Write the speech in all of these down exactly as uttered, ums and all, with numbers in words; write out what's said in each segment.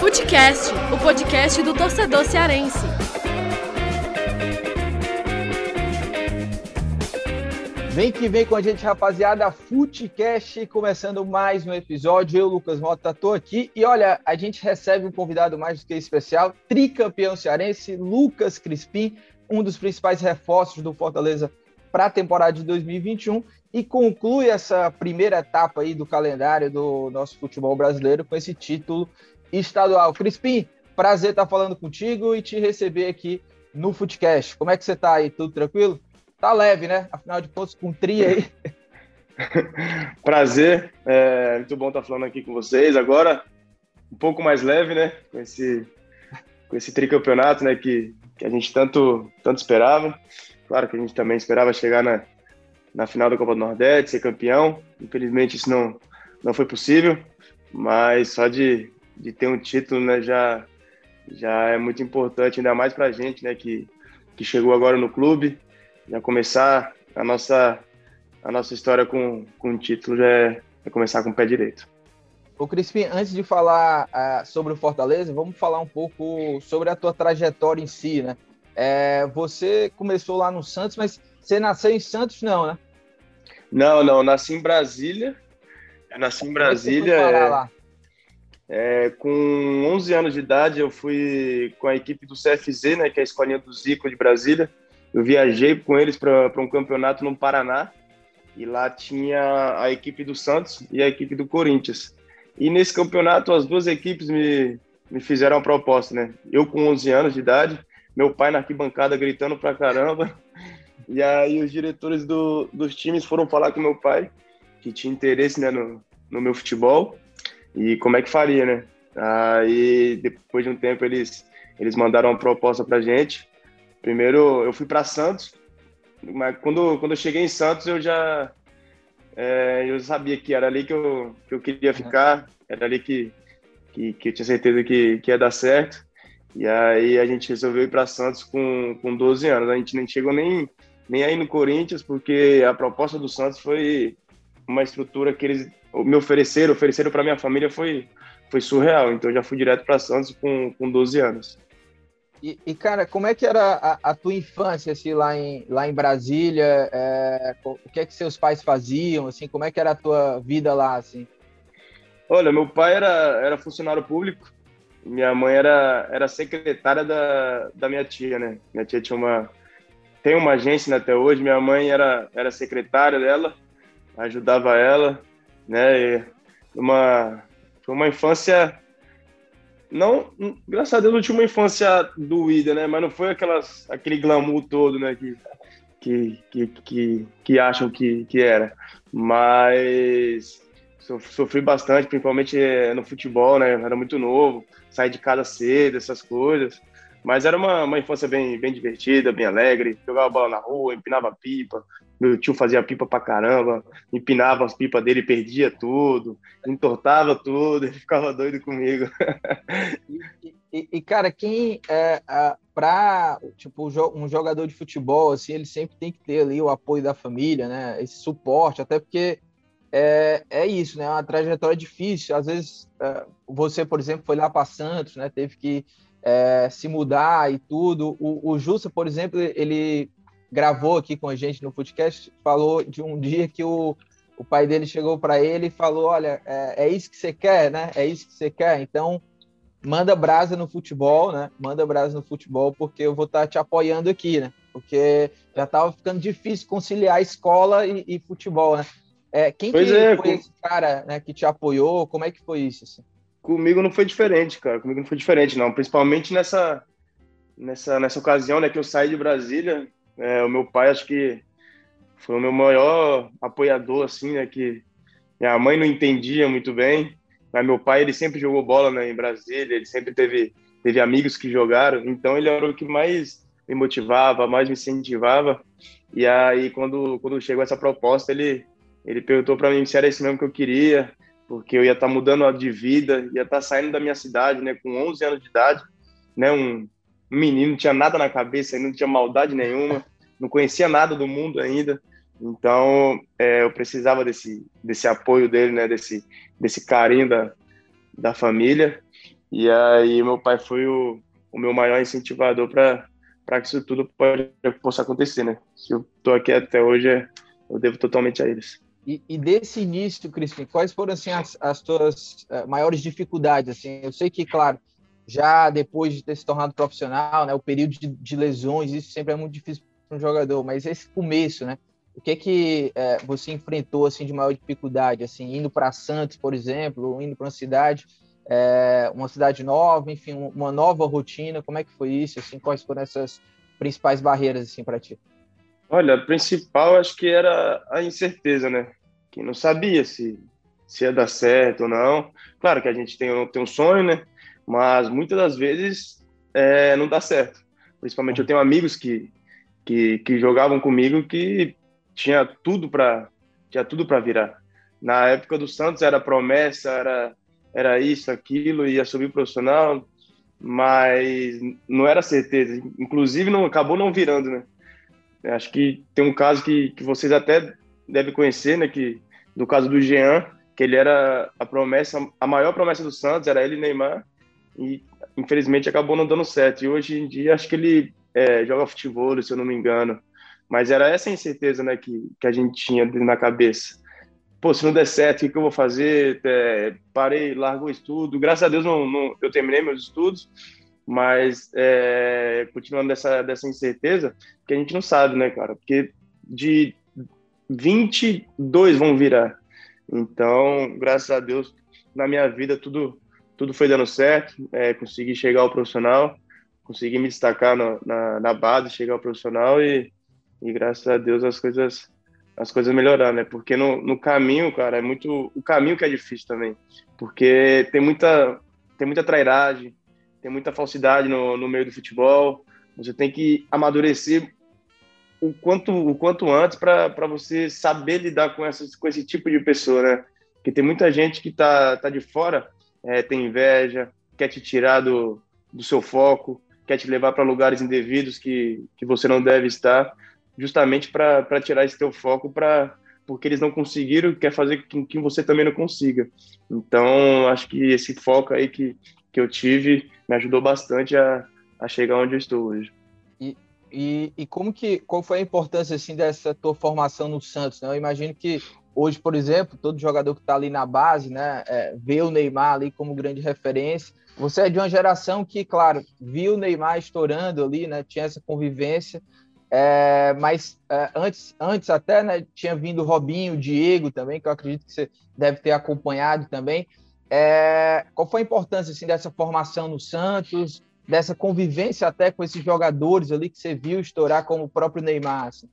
Futecast, o podcast do torcedor cearense. Vem que vem com a gente, rapaziada. Futecast, começando mais um episódio. Eu, Lucas Mota, tô aqui. E olha, a gente recebe um convidado mais do que especial, tricampeão cearense, Lucas Crispim, um dos principais reforços do Fortaleza para a temporada de dois mil e vinte e um, e conclui essa primeira etapa aí do calendário do nosso futebol brasileiro com esse título estadual. Crispim, prazer estar falando contigo e te receber aqui no Futecast. Como é que você tá aí? Tudo tranquilo? Tá leve, né? Afinal de contas, com tri aí. Prazer, é muito bom estar falando aqui com vocês. Agora, um pouco mais leve, né? Com esse, com esse tricampeonato, né? Que, que a gente tanto, tanto esperava. Claro que a gente também esperava chegar na, na final da Copa do Nordeste, ser campeão. Infelizmente, isso não, não foi possível. Mas só de, de ter um título, né? Já, já é muito importante, ainda mais pra gente, né? Que, que chegou agora no clube. Já começar a nossa, a nossa história com, com um título já é, é começar com o pé direito. Ô Crispim, antes de falar uh, sobre o Fortaleza, vamos falar um pouco sobre a tua trajetória em si, né? É, você começou lá no Santos, mas você nasceu em Santos não, né? Não, não, nasci em Brasília. Eu nasci em Brasília. Como é que você foi parar lá? É, com onze anos de idade, eu fui com a equipe do C F Z, né, que é a escolinha do Zico de Brasília. Eu viajei com eles para um campeonato no Paraná e lá tinha a equipe do Santos e a equipe do Corinthians. E nesse campeonato as duas equipes me, me fizeram uma proposta, né? Eu com onze anos de idade, meu pai na arquibancada gritando pra caramba. E aí os diretores do, dos times foram falar com meu pai, que tinha interesse, né, no, no meu futebol e como é que faria, né? Aí depois de um tempo eles, eles mandaram uma proposta pra gente. Primeiro eu fui para Santos, mas quando, quando eu cheguei em Santos eu já é, eu sabia que era ali que eu, que eu queria ficar, era ali que, que, que eu tinha certeza que, que ia dar certo. E aí a gente resolveu ir para Santos com, com doze anos. A gente nem chegou nem, nem aí no Corinthians, porque a proposta do Santos foi uma estrutura que eles me ofereceram, ofereceram para minha família, foi, foi surreal. Então eu já fui direto para Santos com, com doze anos. E, e, cara, como é que era a, a tua infância, assim, lá em, lá em Brasília? É, o que é que seus pais faziam, assim? Como é que era a tua vida lá, assim? Olha, meu pai era, era funcionário público, minha mãe era, era secretária da, da minha tia, né? Minha tia tinha uma... tem uma agência, né, até hoje, minha mãe era, era secretária dela, ajudava ela, né? E uma, foi uma infância... Não, graças a Deus eu tinha uma infância doída, né? Mas não foi aquelas, aquele glamour todo, né? Que, que, que, que, que acham que, que era. Mas sofri bastante, principalmente no futebol, né? Eu era muito novo, saí de casa cedo, essas coisas. Mas era uma, uma infância bem, bem divertida, bem alegre. Jogava bola na rua, empinava pipa. Meu tio fazia pipa pra caramba, empinava as pipas dele e perdia tudo, entortava tudo, ele ficava doido comigo. E, e, e cara, quem é, para tipo, um jogador de futebol, assim, ele sempre tem que ter ali o apoio da família, né? Esse suporte, até porque é, é isso, né? É uma trajetória difícil. Às vezes, é, você, por exemplo, foi lá para Santos, né? Teve que é, se mudar e tudo. O, o Jussa, por exemplo, ele gravou aqui com a gente no podcast, falou de um dia que o, o pai dele chegou para ele e falou, olha, é, é isso que você quer, né? É isso que você quer, então manda brasa no futebol, né? Manda brasa no futebol, porque eu vou estar te apoiando aqui, né? Porque já estava ficando difícil conciliar escola e, e futebol, né? É, quem pois que é, foi com... esse cara, né, que te apoiou? Como é que foi isso, assim? Comigo não foi diferente, cara. Comigo não foi diferente, não. Principalmente nessa, nessa, nessa ocasião, né, que eu saí de Brasília. É, o meu pai, acho que foi o meu maior apoiador, assim, né, que minha mãe não entendia muito bem, mas meu pai, ele sempre jogou bola, né, em Brasília, ele sempre teve, teve amigos que jogaram, então ele era o que mais me motivava, mais me incentivava. E aí, quando, quando chegou essa proposta, ele, ele perguntou para mim se era isso mesmo que eu queria, porque eu ia estar mudando de vida, ia estar saindo da minha cidade, né, com onze anos de idade, né, um um menino, não tinha nada na cabeça, não tinha maldade nenhuma, não conhecia nada do mundo ainda. Então, é, eu precisava desse, desse apoio dele, né, desse, desse carinho da, da família. E aí meu pai foi o, o meu maior incentivador para para que isso tudo pode, possa acontecer, né? Se eu tô aqui até hoje, é, eu devo totalmente a eles. E, e desse início, Crispim, quais foram assim as, as tuas uh, maiores dificuldades? Assim, eu sei que, claro, já depois de ter se tornado profissional, né, o período de, de lesões, isso sempre é muito difícil para um jogador. Mas esse começo, né? O que é que uh, você enfrentou assim de maior dificuldade, assim, indo para Santos, por exemplo, ou indo para uma cidade, uh, uma cidade nova, enfim, uma nova rotina? Como é que foi isso? Assim, quais foram essas principais barreiras assim para ti? Olha, a principal acho que era a incerteza, né? Que não sabia se, se ia dar certo ou não. Claro que a gente tem, tem um sonho, né? Mas muitas das vezes é, não dá certo. Principalmente eu tenho amigos que, que, que jogavam comigo que tinha tudo para tinha tudo para virar. Na época do Santos era promessa, era, era isso, aquilo, ia subir profissional, mas não era certeza. Inclusive não acabou não virando, né? Acho que tem um caso que, que vocês até devem conhecer, né? Que, do caso do Jean, que ele era a promessa, a maior promessa do Santos, era ele e Neymar, e infelizmente acabou não dando certo. E hoje em dia acho que ele é, joga futebol, se eu não me engano. Mas era essa incerteza, né, que, que a gente tinha na cabeça. Pô, se não der certo, o que, que eu vou fazer? É, parei, largo o estudo. Graças a Deus não, não, eu terminei meus estudos, mas é, continuando dessa, dessa incerteza, que a gente não sabe, né, cara? Porque de vinte e dois vão virar. Então, graças a Deus, na minha vida tudo, tudo foi dando certo. É, consegui chegar ao profissional, consegui me destacar no, na, na base, chegar ao profissional e, e graças a Deus as coisas as coisas melhoraram, né? Porque no, no caminho, cara, é muito o caminho que é difícil também, porque tem muita tem muita trairagem, tem muita falsidade no, no meio do futebol. Você tem que amadurecer o quanto, o quanto antes para você saber lidar com, essas, com esse tipo de pessoa, né? Porque tem muita gente que tá, tá de fora, é, tem inveja, quer te tirar do, do seu foco, quer te levar para lugares indevidos que, que você não deve estar, justamente para tirar esse teu foco, pra, porque eles não conseguiram, quer fazer com que você também não consiga. Então, acho que esse foco aí que, que eu tive me ajudou bastante a, a chegar onde eu estou hoje. E, e, e como que, qual foi a importância assim, dessa tua formação no Santos? Né? Eu imagino que hoje, por exemplo, todo jogador que está ali na base, né, é, vê o Neymar ali como grande referência. Você é de uma geração que, claro, viu o Neymar estourando ali, né, tinha essa convivência, é, mas é, antes, antes até, né, tinha vindo o Robinho, o Diego também, que eu acredito que você deve ter acompanhado também. É, qual foi a importância assim, dessa formação no Santos, dessa convivência até com esses jogadores ali que você viu estourar, como o próprio Neymar? Assim?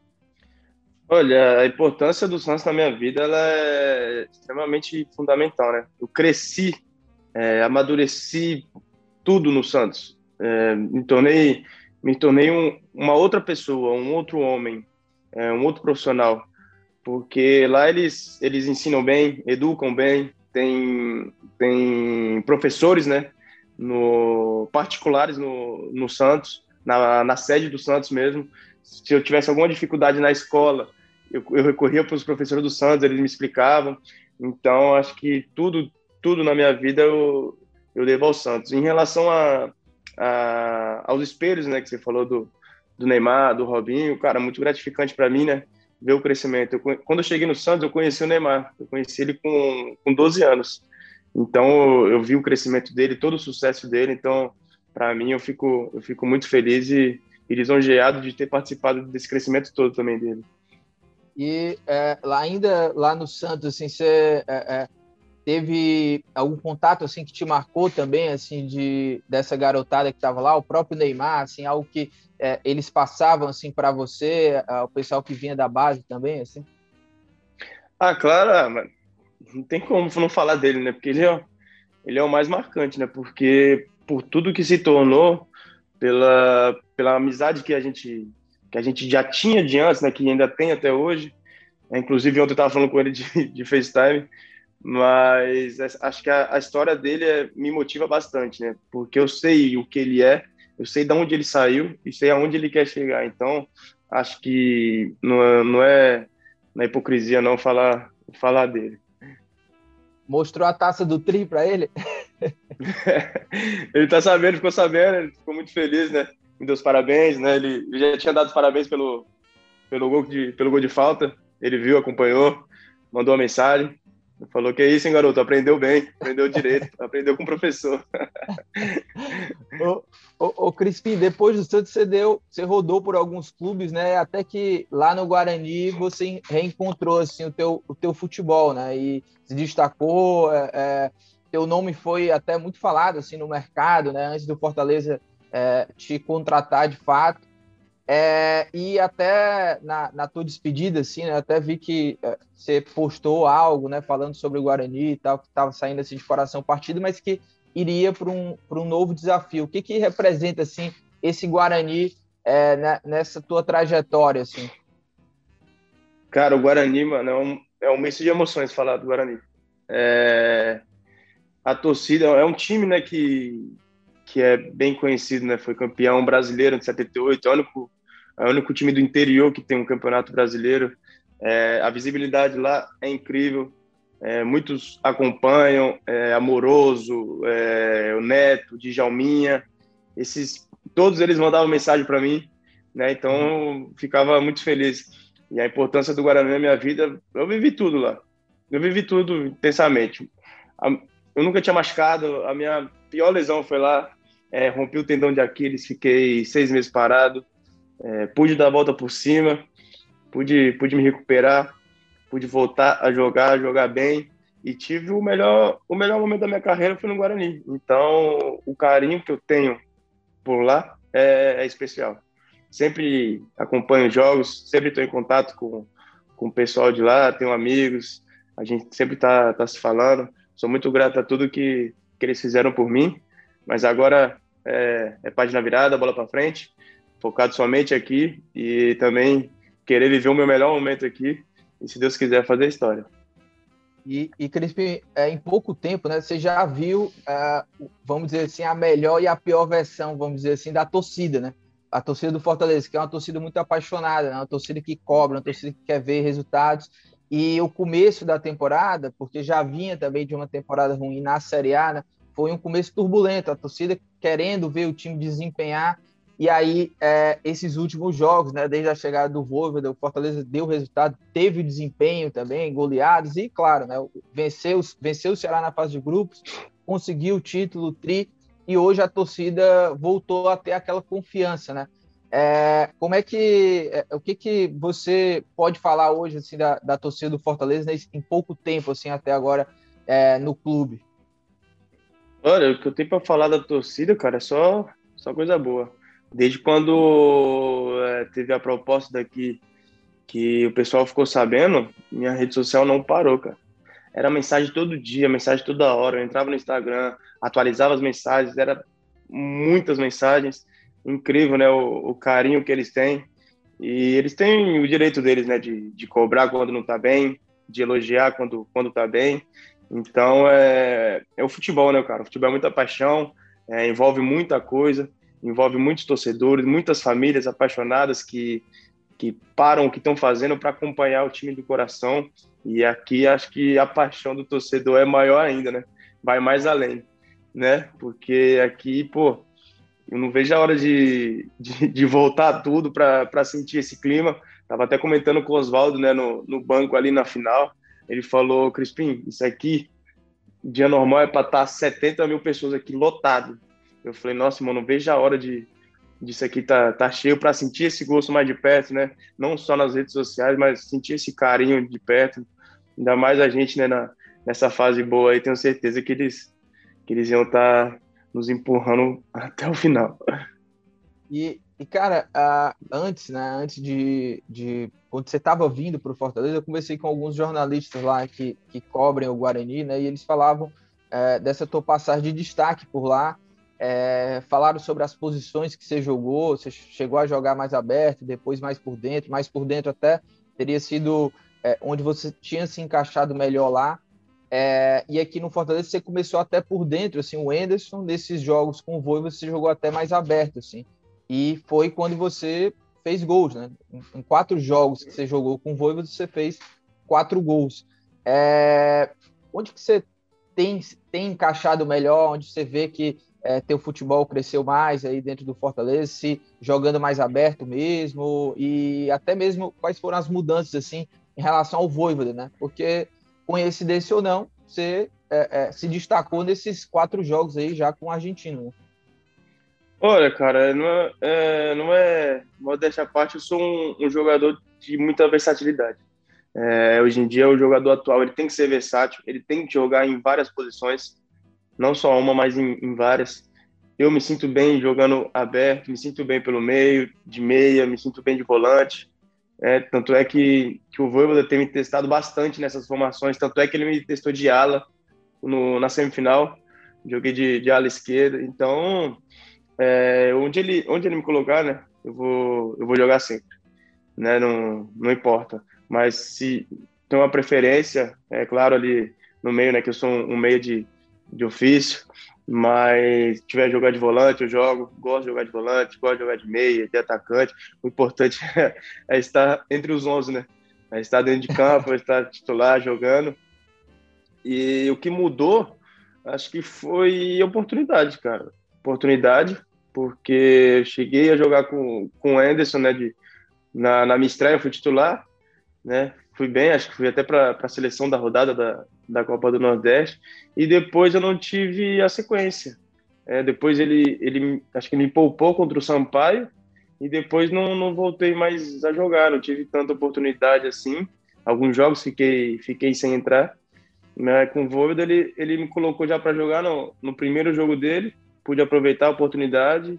Olha, a importância do Santos na minha vida ela é extremamente fundamental, né? Eu cresci, é, amadureci tudo no Santos. É, me tornei, me tornei um, uma outra pessoa, um outro homem, é, um outro profissional, porque lá eles, eles ensinam bem, educam bem, tem, tem professores, né? No, particulares no, no Santos, na, na sede do Santos mesmo. Se eu tivesse alguma dificuldade na escola, eu, eu recorria para os professores do Santos, eles me explicavam. Então, acho que tudo, tudo na minha vida eu, eu devo ao Santos. Em relação a, a, aos espelhos, né, que você falou do, do Neymar, do Robinho, cara, muito gratificante para mim, né, ver o crescimento. Eu, quando eu cheguei no Santos, eu conheci o Neymar, eu conheci ele com, com doze anos. Então, eu vi o crescimento dele, todo o sucesso dele. Então, para mim, eu fico, eu fico muito feliz e, e lisonjeado de ter participado desse crescimento todo também dele. E é, lá ainda lá no Santos, assim, você é, é, teve algum contato assim que te marcou também, assim, de dessa garotada que estava lá, o próprio Neymar, assim, algo que é, eles passavam assim para você, o pessoal que vinha da base também, assim? Ah, claro, ah, mas não tem como não falar dele, né? Porque ele é, ele é o mais marcante, né? Porque por tudo que se tornou, pela, pela amizade que a gente que a gente já tinha de antes, né? Que ainda tem até hoje. É, inclusive ontem eu estava falando com ele de, de FaceTime, mas acho que a, a história dele é, me motiva bastante, né? Porque eu sei o que ele é, eu sei de onde ele saiu e sei aonde ele quer chegar. Então, acho que não é, não é na hipocrisia não falar falar dele. Mostrou a taça do Tri para ele? Ele tá sabendo, ficou sabendo, ele ficou muito feliz, né? Me deu os parabéns, né? Ele, ele já tinha dado os parabéns pelo, pelo, gol de, pelo gol de falta. Ele viu, acompanhou, mandou uma mensagem. Falou que é isso, hein, garoto? Aprendeu bem, aprendeu direito, aprendeu com o professor. Ô, ô, ô, Crispim, depois do Santos, você, deu, você rodou por alguns clubes, né? Até que lá no Guarani você reencontrou assim, o, teu, o teu futebol, né? E se destacou, é, é, teu nome foi até muito falado assim, no mercado, né? Antes do Fortaleza é, te contratar de fato. É, e até na, na tua despedida, assim, né, até vi que é, você postou algo, né, falando sobre o Guarani e tal, que estava saindo assim, de coração partido, mas que iria para um, para um novo desafio. O que, que representa assim, esse Guarani é, né, nessa tua trajetória? Assim? Cara, o Guarani, mano, é um, é um misto de emoções falar do Guarani. É, a torcida é um time, né, que, que é bem conhecido, né, foi campeão brasileiro de setenta e oito, é o único É o único time do interior que tem um campeonato brasileiro. É, a visibilidade lá é incrível. É, muitos acompanham, é, Amoroso, é, o Neto, Djalminha. Esses, todos eles mandavam mensagem para mim, né? Então eu ficava muito feliz. E a importância do Guarani na minha vida, eu vivi tudo lá. Eu vivi tudo intensamente. Eu nunca tinha machucado. A minha pior lesão foi lá. É, rompi o tendão de Aquiles, fiquei seis meses parado. É, pude dar a volta por cima, pude, pude me recuperar, pude voltar a jogar, jogar bem, e tive o melhor, o melhor momento da minha carreira foi no Guarani. Então, o carinho que eu tenho por lá é, é especial. Sempre acompanho os jogos, sempre estou em contato com, com o pessoal de lá, tenho amigos, a gente sempre está tá se falando. Sou muito grato a tudo que, que eles fizeram por mim, mas agora é, é página virada, bola para frente, focado somente aqui e também querer viver o meu melhor momento aqui e, se Deus quiser, fazer história. E, e Crispim, é, em pouco tempo, né, você já viu, é, vamos dizer assim, a melhor e a pior versão, vamos dizer assim, da torcida, né? A torcida do Fortaleza, que é uma torcida muito apaixonada, né? Uma torcida que cobra, uma torcida que quer ver resultados. E o começo da temporada, porque já vinha também de uma temporada ruim na Série A, né, foi um começo turbulento, a torcida querendo ver o time desempenhar. E aí, é, esses últimos jogos, né, desde a chegada do Vojvoda, o Fortaleza deu resultado, teve desempenho também, goleados, e claro, né, venceu, venceu o Ceará na fase de grupos, conseguiu o título, tri, e hoje a torcida voltou a ter aquela confiança, né? É, como é que, é, o que, que você pode falar hoje assim, da, da torcida do Fortaleza né, em pouco tempo, assim, até agora, é, no clube? Olha, o que eu tenho para falar da torcida, cara, é só, só coisa boa. Desde quando é, teve a proposta daqui, que o pessoal ficou sabendo, minha rede social não parou, cara. Era mensagem todo dia, mensagem toda hora. Eu entrava no Instagram, atualizava as mensagens, era muitas mensagens. Incrível, né? O, o carinho que eles têm. E eles têm o direito deles, né? De, de cobrar quando não tá bem, de elogiar quando, quando tá bem. Então, é, é o futebol, né, cara? O futebol é muita paixão, é, envolve muita coisa. Envolve muitos torcedores, muitas famílias apaixonadas que, que param o que estão fazendo para acompanhar o time do coração. E aqui acho que a paixão do torcedor é maior ainda, né? Vai mais além, né? Porque aqui, pô, eu não vejo a hora de, de, de voltar tudo para sentir esse clima. Tava até comentando com o Oswaldo, né, no, no banco ali na final. Ele falou, Crispim, isso aqui, dia normal é para estar setenta mil pessoas aqui lotado. Eu falei, nossa, mano, não vejo a hora de disso aqui tá, tá cheio para sentir esse gosto mais de perto, né? Não só nas redes sociais, mas sentir esse carinho de perto. Ainda mais a gente, né, na, nessa fase boa aí, tenho certeza que eles, que eles iam estar tá nos empurrando até o final. E, e cara, uh, antes, né, antes de, de quando você estava vindo para o Fortaleza, eu conversei com alguns jornalistas lá que, que cobrem o Guarani, né, e eles falavam é, dessa tua passagem de destaque por lá. É, falaram sobre as posições que você jogou, você chegou a jogar mais aberto, depois mais por dentro, mais por dentro até teria sido é, onde você tinha se encaixado melhor lá, é, e aqui no Fortaleza você começou até por dentro, assim, o Anderson, nesses jogos com o Vojvoda, você jogou até mais aberto, assim, e foi quando você fez gols, né, em, em quatro jogos que você jogou com o Vojvoda, você fez quatro gols. É, onde que você tem, tem encaixado melhor, onde você vê que é, teu futebol cresceu mais aí dentro do Fortaleza, se jogando mais aberto mesmo, e até mesmo quais foram as mudanças assim em relação ao Vojvoda, né? Porque, coincidência ou não, você é, é, se destacou nesses quatro jogos aí já com o argentino, né? Olha, cara, não é, é, não é modéstia à parte, eu sou um, um jogador de muita versatilidade. É, hoje em dia, o jogador atual ele tem que ser versátil, ele tem que jogar em várias posições, não só uma, mas em, em várias. Eu me sinto bem jogando aberto, me sinto bem pelo meio, de meia, me sinto bem de volante. É, tanto é que, que o Vojvoda tem me testado bastante nessas formações, tanto é que ele me testou de ala no, na semifinal, joguei de, de ala esquerda. Então, é, onde, ele, onde ele me colocar, né, eu vou, eu vou jogar sempre, né, não, não importa. Mas se tem uma preferência, é claro, ali no meio, né, que eu sou um, um meio de, de ofício, mas se tiver jogar de volante, eu jogo, gosto de jogar de volante, gosto de jogar de meia, de atacante. O importante é, é estar entre os onze, né? É estar dentro de campo, é estar titular, jogando. E o que mudou, acho que foi oportunidade, cara. Oportunidade, porque eu cheguei a jogar com, com o Anderson, né? De, na, na minha estreia, eu fui titular, né? Fui bem, acho que fui até para a seleção da rodada da, da Copa do Nordeste, e depois eu não tive a sequência. É, depois ele, ele, acho que me poupou contra o Sampaio, e depois não, não voltei mais a jogar, não tive tanta oportunidade assim. Alguns jogos fiquei, fiquei sem entrar, né? Com o Vojvoda, ele, ele me colocou já para jogar no, no primeiro jogo dele, pude aproveitar a oportunidade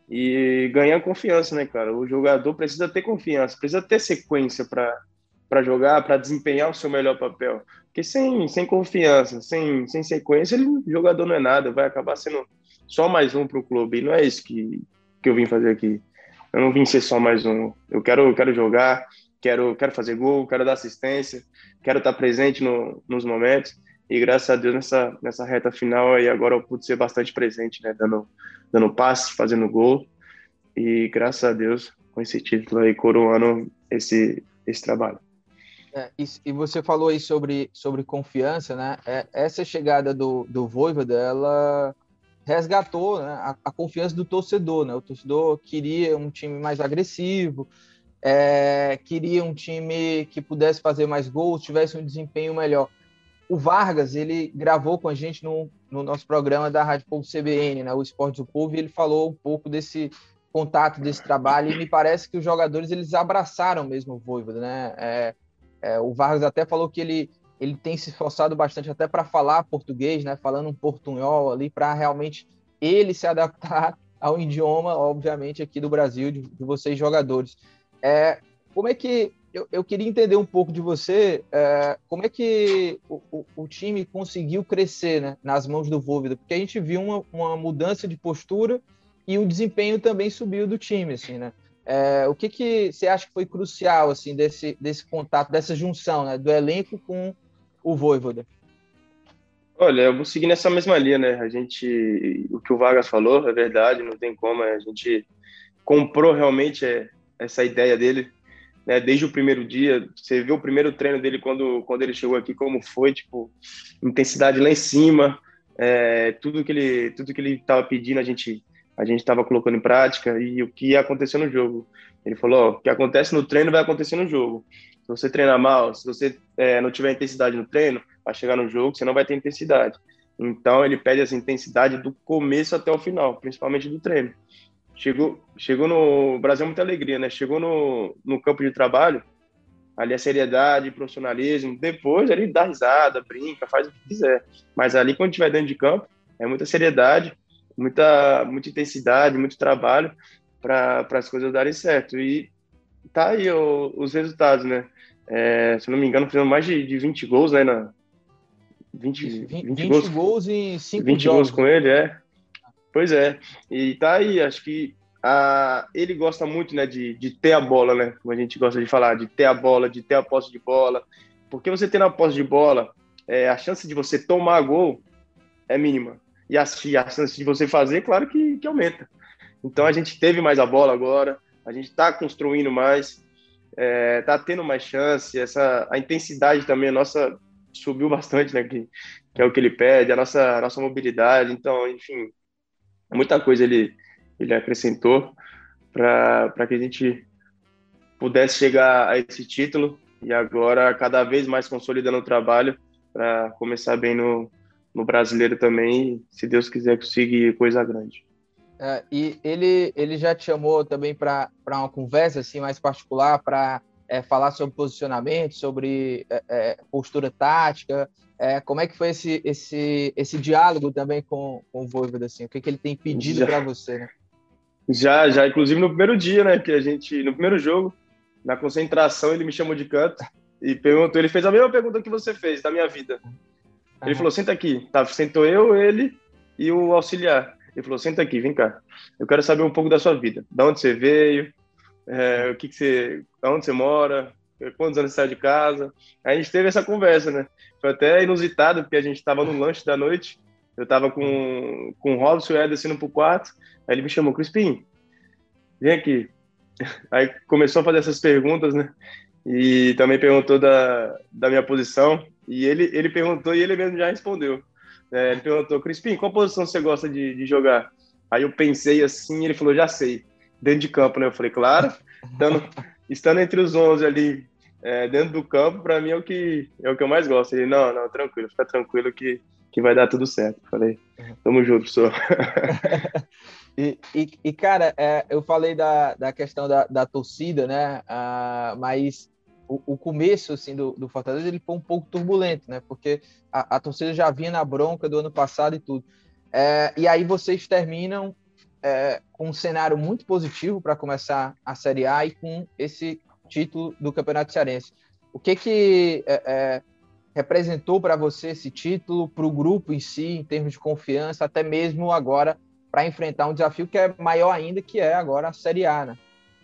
e ganhar confiança, né, cara? O jogador precisa ter confiança, precisa ter sequência para para jogar, para desempenhar o seu melhor papel. Porque sem, sem confiança, sem, sem sequência, ele, o jogador não é nada, vai acabar sendo só mais um para o clube. E não é isso que, que eu vim fazer aqui. Eu não vim ser só mais um. Eu quero, eu quero jogar, quero, quero fazer gol, quero dar assistência, quero estar presente no, nos momentos. E graças a Deus, nessa, nessa reta final, aí agora eu pude ser bastante presente, né? Dando, dando passe, fazendo gol. E graças a Deus, com esse título aí, coroando esse, esse trabalho. É, e, e você falou aí sobre, sobre confiança, né? É, essa chegada do, do Vojvoda, ela resgatou, né, a, a confiança do torcedor, né? O torcedor queria um time mais agressivo, é, queria um time que pudesse fazer mais gols, tivesse um desempenho melhor. O Vargas, ele gravou com a gente no, no nosso programa da Rádio Povo C B N, né, o Esportes do Povo, e ele falou um pouco desse contato, desse trabalho, e me parece que os jogadores, eles abraçaram mesmo o Vojvoda, né? É, É, o Vargas até falou que ele, ele tem se esforçado bastante até para falar português, né, falando um portunhol ali, para realmente ele se adaptar ao idioma, obviamente, aqui do Brasil, de, de vocês jogadores. É, como é que, eu, eu queria entender um pouco de você, é, como é que o, o, o time conseguiu crescer, né, nas mãos do Vojvoda, porque a gente viu uma, uma mudança de postura e o desempenho também subiu do time, assim, né? É, o que, que você acha que foi crucial assim, desse, desse contato, dessa junção, né, do elenco com o Vojvoda? Olha, eu vou seguir nessa mesma linha, né? A gente, o que o Vargas falou é verdade, não tem como. A gente comprou realmente é, essa ideia dele, né? Desde o primeiro dia. Você viu o primeiro treino dele quando, quando ele chegou aqui, como foi, tipo, intensidade lá em cima, é, tudo que ele, tudo que ele estava pedindo, a gente a gente estava colocando em prática, e o que ia acontecer no jogo. Ele falou, ó, o que acontece no treino vai acontecer no jogo. Se você treinar mal, se você é, não tiver intensidade no treino, vai chegar no jogo, você não vai ter intensidade. Então, ele pede essa intensidade do começo até o final, principalmente do treino. Chegou, chegou no Brasil, muita alegria, né? Chegou no, no campo de trabalho, ali a seriedade, profissionalismo. Depois, ele dá risada, brinca, faz o que quiser. Mas ali, quando estiver dentro de campo, é muita seriedade, muita, muita intensidade, muito trabalho para as coisas darem certo. E tá aí o, os resultados, né? É, se não me engano, fizemos mais de, de vinte gols, né? Na, vinte, vinte, vinte, vinte gols, gols em cinco vinte jogos. gols com ele, é. Pois é. E tá aí, acho que a, ele gosta muito, né, de, de ter a bola, né? Como a gente gosta de falar, de ter a bola, de ter a posse de bola. Porque você tendo a posse de bola, é, a chance de você tomar gol é mínima. E a, a chance de você fazer, claro que, que aumenta. Então a gente teve mais a bola agora, a gente está construindo mais, está é, tendo mais chance, essa, a intensidade também, a nossa subiu bastante, né? Que, que é o que ele pede, a nossa, a nossa mobilidade. Então, enfim, muita coisa ele, ele acrescentou para que a gente pudesse chegar a esse título e agora cada vez mais consolidando o trabalho para começar bem no, no brasileiro também e, se Deus quiser, conseguir coisa grande. É, e ele, ele já te chamou também para uma conversa assim, mais particular, para é, falar sobre posicionamento, sobre é, é, postura tática. É, como é que foi esse, esse, esse diálogo também com, com o Vojvoda? Assim? O que, que ele tem pedido para você? Né? Já, já, inclusive no primeiro dia, né? Que a gente, no primeiro jogo, na concentração, ele me chamou de canto e perguntou, ele fez a mesma pergunta que você fez da minha vida. Ele uhum. falou, senta aqui. Tá, sentou eu, ele e o auxiliar. Ele falou, senta aqui, vem cá. Eu quero saber um pouco da sua vida. Da onde você veio, é, o que, que você, aonde você mora, quantos anos você saiu de casa. Aí a gente teve essa conversa, né? Foi até inusitado, porque a gente estava no lanche da noite. Eu estava com, com o Robson e o Eder descendo pro quarto. Aí ele me chamou, Crispim, vem aqui. Aí começou a fazer essas perguntas, né? E também perguntou da, da minha posição. E ele, ele perguntou e ele mesmo já respondeu. É, ele perguntou, Crispim, qual posição você gosta de, de jogar? Aí eu pensei assim, ele falou, já sei, dentro de campo, né? Eu falei, claro, estando, estando entre os onze ali, é, dentro do campo, para mim é o, que, é o que eu mais gosto. Ele, não, não, tranquilo, fica tranquilo que, que vai dar tudo certo. Eu falei, tamo junto, professor. E, e, e, cara, é, eu falei da, da questão da, da torcida, né? Ah, mas o, o começo assim, do, do Fortaleza ele foi um pouco turbulento, né? Porque a, a torcida já vinha na bronca do ano passado e tudo. É, e aí vocês terminam é, com um cenário muito positivo para começar a Série A e com esse título do Campeonato Cearense. O que que é, é, representou para você esse título, para o grupo em si, em termos de confiança, até mesmo agora para enfrentar um desafio que é maior ainda, que é agora a Série A, né?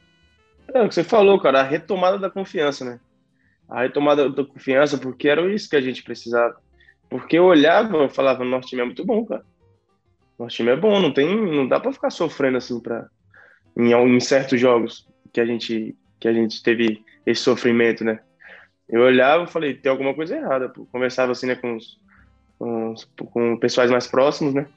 É o que você falou, cara, a retomada da confiança, né? A retomada da confiança, porque era isso que a gente precisava. Porque eu olhava e falava, nosso time é muito bom, cara. Nosso time é bom, não tem, não dá para ficar sofrendo assim pra, em, em certos jogos que a gente que a gente teve esse sofrimento, né? Eu olhava e falei, tem alguma coisa errada. Pô. Conversava assim, né, com os, com os com pessoais mais próximos, né?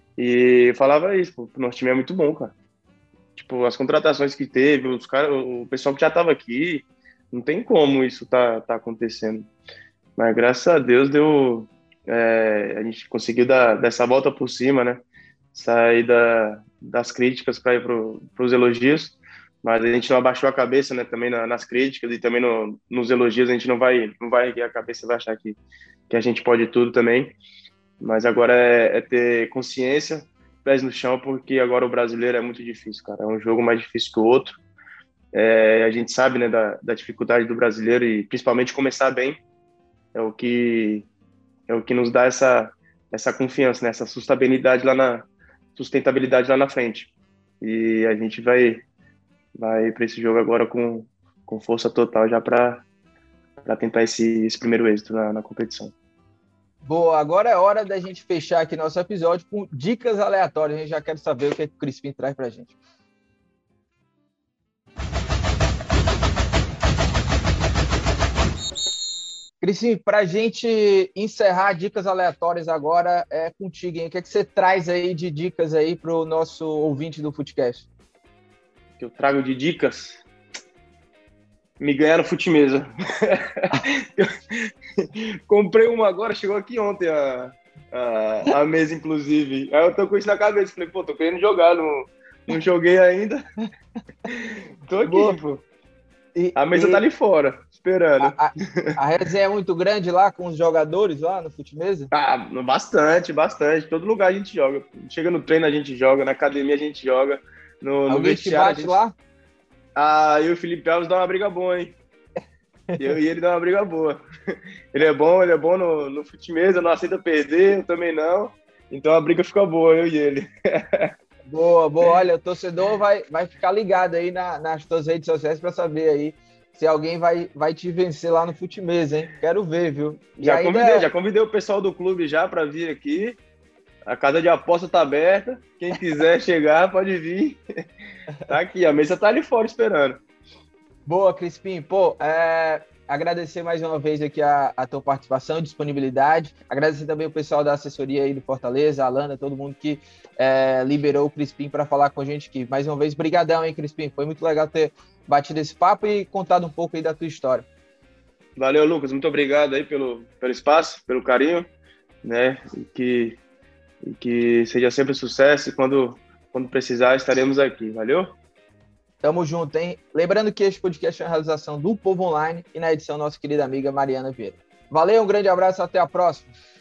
E falava isso, pô, nosso time é muito bom, cara. Tipo, as contratações que teve, os cara, o pessoal que já tava aqui, não tem como isso tá, tá acontecendo. Mas graças a Deus deu, é, a gente conseguiu dar, dar essa volta por cima, né? Sair da, das críticas para ir para os elogios, mas a gente não abaixou a cabeça, né? Também na, nas críticas e também no, nos elogios a gente não vai, não vai erguer a cabeça e vai achar que, que a gente pode tudo também. Mas agora é, é ter consciência, pés no chão, porque agora o brasileiro é muito difícil, cara. É um jogo mais difícil que o outro. É, a gente sabe, né, da, da dificuldade do brasileiro e principalmente começar bem é o que é o que nos dá essa essa confiança, né, essa sustentabilidade lá na sustentabilidade lá na frente. E a gente vai vai para esse jogo agora com, com força total já para para tentar esse, esse primeiro êxito na, na competição. Boa, agora é hora da gente fechar aqui nosso episódio com dicas aleatórias. A gente já quer saber o que, é que o Crispim traz pra gente. Crispim, pra gente encerrar dicas aleatórias agora é contigo, hein? O que, é que você traz aí de dicas aí pro nosso ouvinte do Futecast? O que eu trago de dicas? Me ganharam Futimesa. Comprei uma agora, chegou aqui ontem a, a, a mesa, inclusive. Aí eu tô com isso na cabeça. Falei, pô, tô querendo jogar, não, não joguei ainda. Tô aqui, Boa. pô. E, a mesa e... tá ali fora, esperando. A, a, a resenha é muito grande lá com os jogadores lá no Futimesa? Ah, bastante, bastante. Todo lugar a gente joga. Chega no treino a gente joga, na academia a gente joga. No, no Alguém te bate gente... lá? Ah, e o Felipe Alves dá uma briga boa, hein? Eu e ele dá uma briga boa. Ele é bom, ele é bom no, no Futimesa, não aceita perder, eu também não. Então a briga fica boa, eu e ele. Boa, boa. Olha, o torcedor vai, vai ficar ligado aí na, nas tuas redes sociais para saber aí se alguém vai, vai te vencer lá no Futimesa, hein? Quero ver, viu? E já convidei, é... já convidei o pessoal do clube já para vir aqui. A casa de aposta tá aberta. Quem quiser chegar, pode vir. Tá aqui, a mesa tá ali fora esperando. Boa, Crispim. Pô, é, agradecer mais uma vez aqui a, a tua participação, disponibilidade. Agradecer também o pessoal da assessoria aí do Fortaleza, a Alana, todo mundo que é, liberou o Crispim para falar com a gente aqui. Mais uma vez, brigadão, hein, Crispim? Foi muito legal ter batido esse papo e contado um pouco aí da tua história. Valeu, Lucas. Muito obrigado aí pelo, pelo espaço, pelo carinho, né? E que, e que seja sempre sucesso e quando, quando precisar estaremos aqui. Valeu? Tamo junto, hein? Lembrando que este podcast é uma realização do Povo Online e na edição nossa querida amiga Mariana Vieira. Valeu, um grande abraço, até a próxima.